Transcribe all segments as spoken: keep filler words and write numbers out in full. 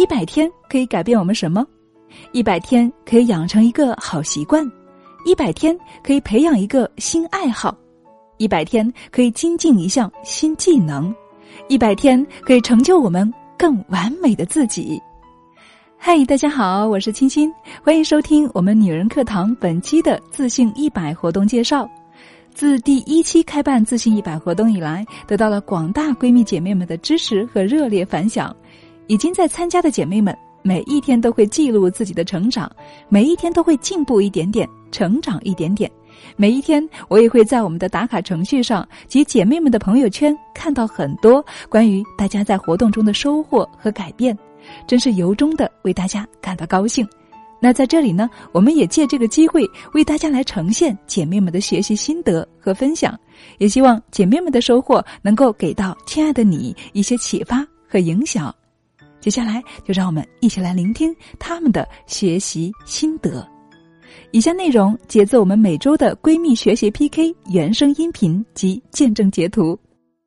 一百天可以改变我们什么？一百天可以养成一个好习惯，一百天可以培养一个新爱好，一百天可以精进一项新技能，一百天可以成就我们更完美的自己。嗨，大家好，我是清新，欢迎收听我们女人课堂本期的自信一百活动介绍。自第一期开办自信一百活动以来，得到了广大闺蜜姐妹们的支持和热烈反响。已经在参加的姐妹们，每一天都会记录自己的成长，每一天都会进步一点点，成长一点点。每一天我也会在我们的打卡程序上及姐妹们的朋友圈看到很多关于大家在活动中的收获和改变，真是由衷的为大家感到高兴。那在这里呢，我们也借这个机会为大家来呈现姐妹们的学习心得和分享，也希望姐妹们的收获能够给到亲爱的你一些启发和影响。接下来就让我们一起来聆听她们的学习心得。以下内容节自我们每周的闺蜜学习 P K 原声音频及见证截图。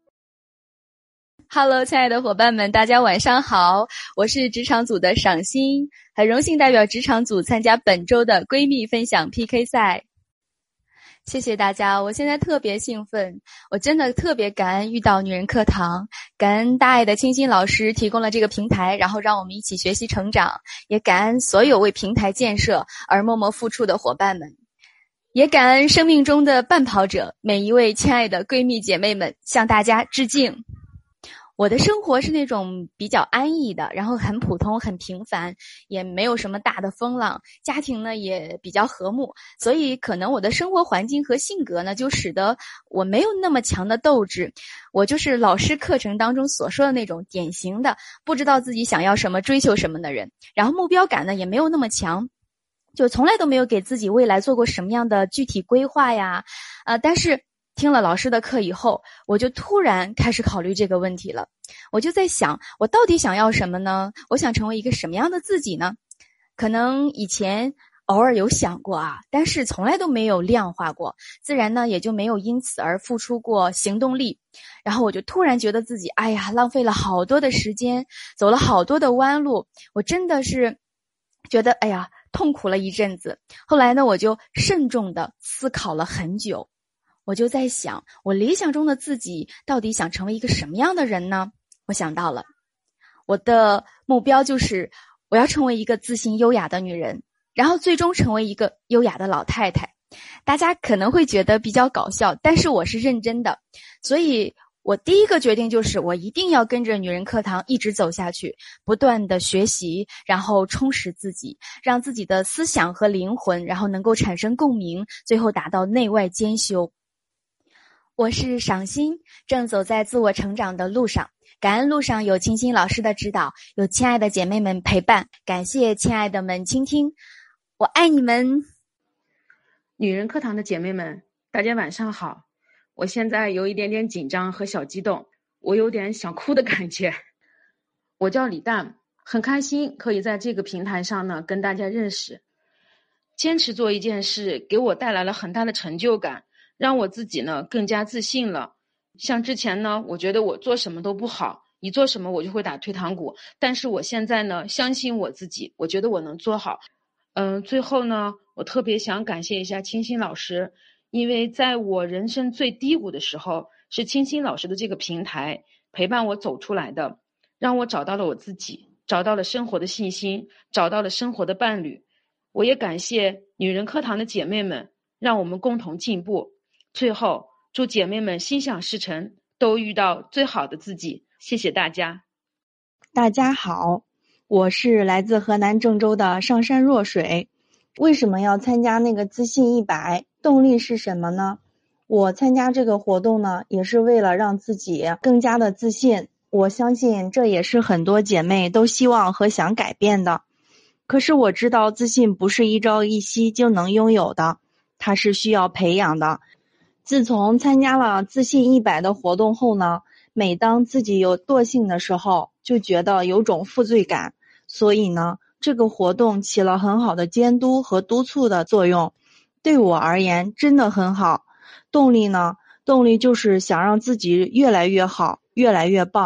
Hello， 亲爱的伙伴们，大家晚上好，我是职场组的赏心，很荣幸代表职场组参加本周的闺蜜分享 P K 赛。谢谢大家，我现在特别兴奋，我真的特别感恩遇到女人课堂，感恩大爱的清新老师提供了这个平台，然后让我们一起学习成长，也感恩所有为平台建设而默默付出的伙伴们，也感恩生命中的伴跑者，每一位亲爱的闺蜜姐妹们，向大家致敬。我的生活是那种比较安逸的，然后很普通很平凡，也没有什么大的风浪，家庭呢也比较和睦，所以可能我的生活环境和性格呢就使得我没有那么强的斗志，我就是老师课程当中所说的那种典型的不知道自己想要什么追求什么的人，然后目标感呢也没有那么强，就从来都没有给自己未来做过什么样的具体规划呀，呃，但是听了老师的课以后，我就突然开始考虑这个问题了。我就在想，我到底想要什么呢？我想成为一个什么样的自己呢？可能以前偶尔有想过啊，但是从来都没有量化过，自然呢也就没有因此而付出过行动力。然后我就突然觉得自己，哎呀，浪费了好多的时间，走了好多的弯路，我真的是觉得，哎呀，痛苦了一阵子。后来呢，我就慎重地思考了很久。我就在想，我理想中的自己到底想成为一个什么样的人呢？我想到了，我的目标就是我要成为一个自信优雅的女人，然后最终成为一个优雅的老太太。大家可能会觉得比较搞笑，但是我是认真的。所以我第一个决定就是我一定要跟着女人课堂一直走下去，不断的学习，然后充实自己，让自己的思想和灵魂然后能够产生共鸣，最后达到内外兼修。我是赏心，正走在自我成长的路上，感恩路上有清新老师的指导，有亲爱的姐妹们陪伴，感谢亲爱的们倾听，我爱你们。 女人课堂的姐妹们，大家晚上好，我现在有一点点紧张和小激动，我有点想哭的感觉。我叫李诞，很开心可以在这个平台上呢跟大家认识。坚持做一件事给我带来了很大的成就感，让我自己呢更加自信了。像之前呢，我觉得我做什么都不好，一做什么我就会打退堂鼓，但是我现在呢相信我自己，我觉得我能做好。嗯，最后呢，我特别想感谢一下清新老师，因为在我人生最低谷的时候，是清新老师的这个平台陪伴我走出来的，让我找到了我自己，找到了生活的信心，找到了生活的伴侣。我也感谢女人课堂的姐妹们，让我们共同进步。最后，祝姐妹们心想事成，都遇到最好的自己。谢谢大家。 大家好，我是来自河南郑州的上山若水。为什么要参加那个自信一百？动力是什么呢？我参加这个活动呢，也是为了让自己更加的自信。我相信这也是很多姐妹都希望和想改变的。可是我知道自信不是一朝一夕就能拥有的，它是需要培养的。自从参加了自信一百的活动后呢，每当自己有惰性的时候，就觉得有种负罪感，所以呢，这个活动起了很好的监督和督促的作用，对我而言真的很好。动力呢，动力就是想让自己越来越好，越来越棒，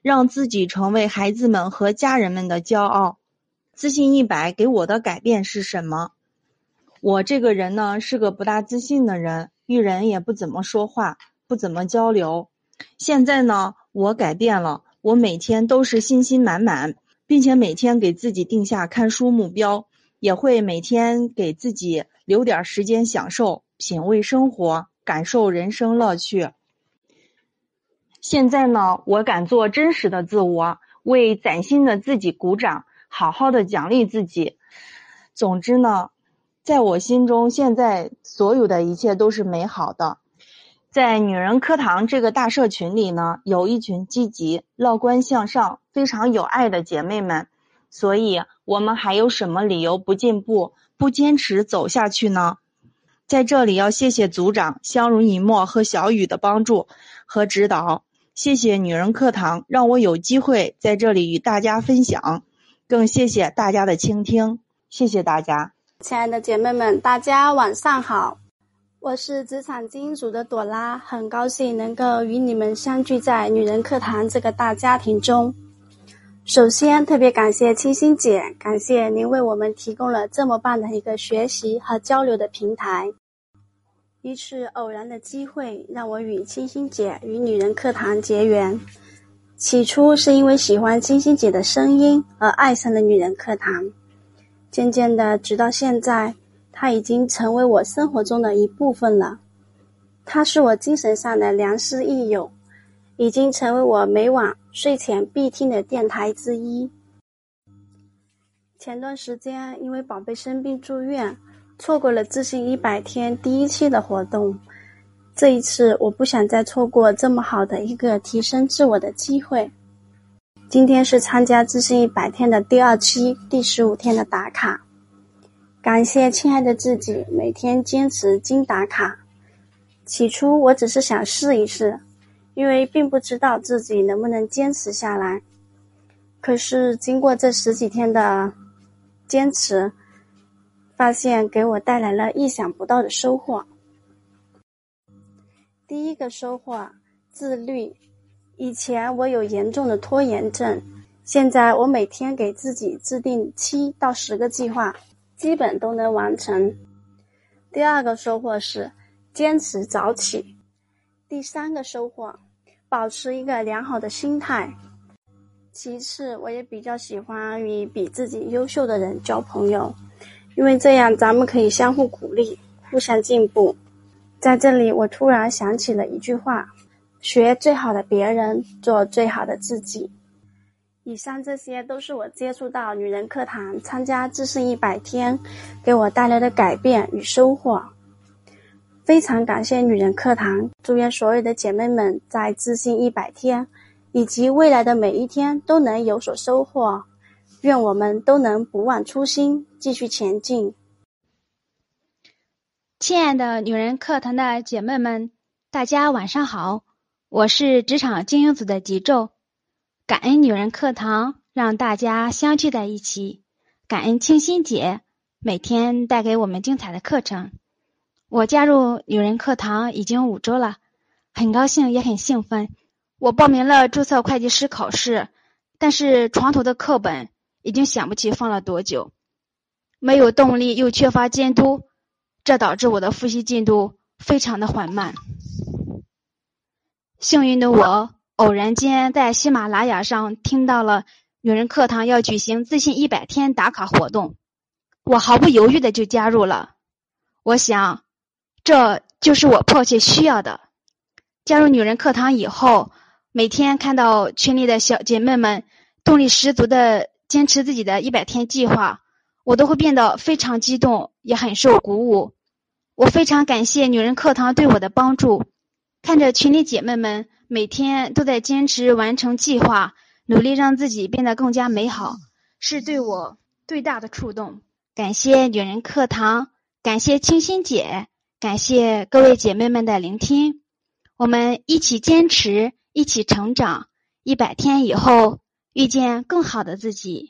让自己成为孩子们和家人们的骄傲。自信一百给我的改变是什么？我这个人呢，是个不大自信的人，与人也不怎么说话，不怎么交流。现在呢，我改变了，我每天都是信心满满，并且每天给自己定下看书目标，也会每天给自己留点时间享受、品味生活，感受人生乐趣。现在呢，我敢做真实的自我，为崭新的自己鼓掌，好好的奖励自己。总之呢，在我心中，现在所有的一切都是美好的。在女人课堂这个大社群里呢，有一群积极、乐观向上、非常有爱的姐妹们，所以我们还有什么理由不进步、不坚持走下去呢？在这里要谢谢组长相濡以沫和小雨的帮助和指导，谢谢女人课堂让我有机会在这里与大家分享，更谢谢大家的倾听，谢谢大家。 亲爱的姐妹们，大家晚上好，我是职场精英组的朵拉，很高兴能够与你们相聚在女人课堂这个大家庭中。首先特别感谢清新姐，感谢您为我们提供了这么棒的一个学习和交流的平台。一次偶然的机会让我与清新姐与女人课堂结缘，起初是因为喜欢清新姐的声音而爱上了女人课堂，渐渐的直到现在，她已经成为我生活中的一部分了。她是我精神上的良师益友，已经成为我每晚睡前必听的电台之一。前段时间因为宝贝生病住院，错过了自信一百天第一期的活动，这一次我不想再错过这么好的一个提升自我的机会。今天是参加自信一百天的第二期第十五天的打卡，感谢亲爱的自己每天坚持精打卡。起初我只是想试一试，因为并不知道自己能不能坚持下来，可是经过这十几天的坚持，发现给我带来了意想不到的收获。第一个收获，自律。以前我有严重的拖延症，现在我每天给自己制定七到十个计划，基本都能完成。第二个收获是坚持早起。第三个收获，保持一个良好的心态。其次，我也比较喜欢与比自己优秀的人交朋友，因为这样咱们可以相互鼓励，互相进步。在这里我突然想起了一句话，学最好的别人，做最好的自己。以上这些都是我接触到女人课堂，参加自信一百天给我带来的改变与收获。非常感谢女人课堂，祝愿所有的姐妹们在自信一百天以及未来的每一天都能有所收获，愿我们都能不忘初心，继续前进。 亲爱的女人课堂的姐妹们，大家晚上好，我是职场精英组的吉宙。感恩女人课堂让大家相聚在一起，感恩清新姐每天带给我们精彩的课程。我加入女人课堂已经五周了，很高兴也很兴奋。我报名了注册会计师考试，但是床头的课本已经想不起放了多久，没有动力又缺乏监督，这导致我的复习进度非常的缓慢。幸运的我偶然间在喜马拉雅上听到了女人课堂要举行自信一百天打卡活动，我毫不犹豫的就加入了。我想这就是我迫切需要的。加入女人课堂以后，每天看到群里的小姐妹们动力十足的坚持自己的一百天计划，我都会变得非常激动，也很受鼓舞。我非常感谢女人课堂对我的帮助，看着群里姐妹们每天都在坚持完成计划，努力让自己变得更加美好，是对我最大的触动。感谢女人课堂，感谢清新姐，感谢各位姐妹们的聆听。我们一起坚持，一起成长，一百天以后遇见更好的自己。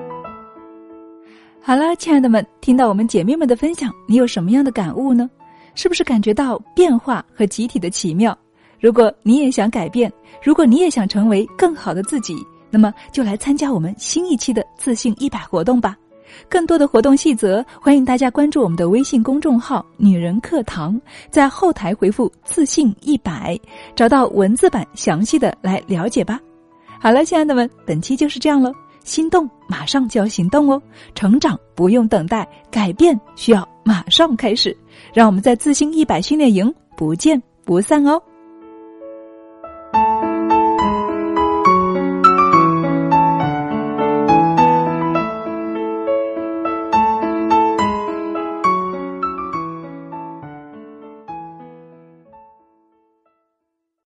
好了，亲爱的们，听到我们姐妹们的分享，你有什么样的感悟呢？ 是不是感觉到变化和集体的奇妙？如果你也想改变，如果你也想成为更好的自己，那么就来参加我们新一期的自信一百活动吧。更多的活动细则，欢迎大家关注我们的微信公众号女人课堂，在后台回复自信一百，找到文字版详细的来了解吧。好了，亲爱的们，本期就是这样了，心动马上就要行动哦，成长不用等待，改变需要马上开始，让我们在自信一百训练营不见不散哦。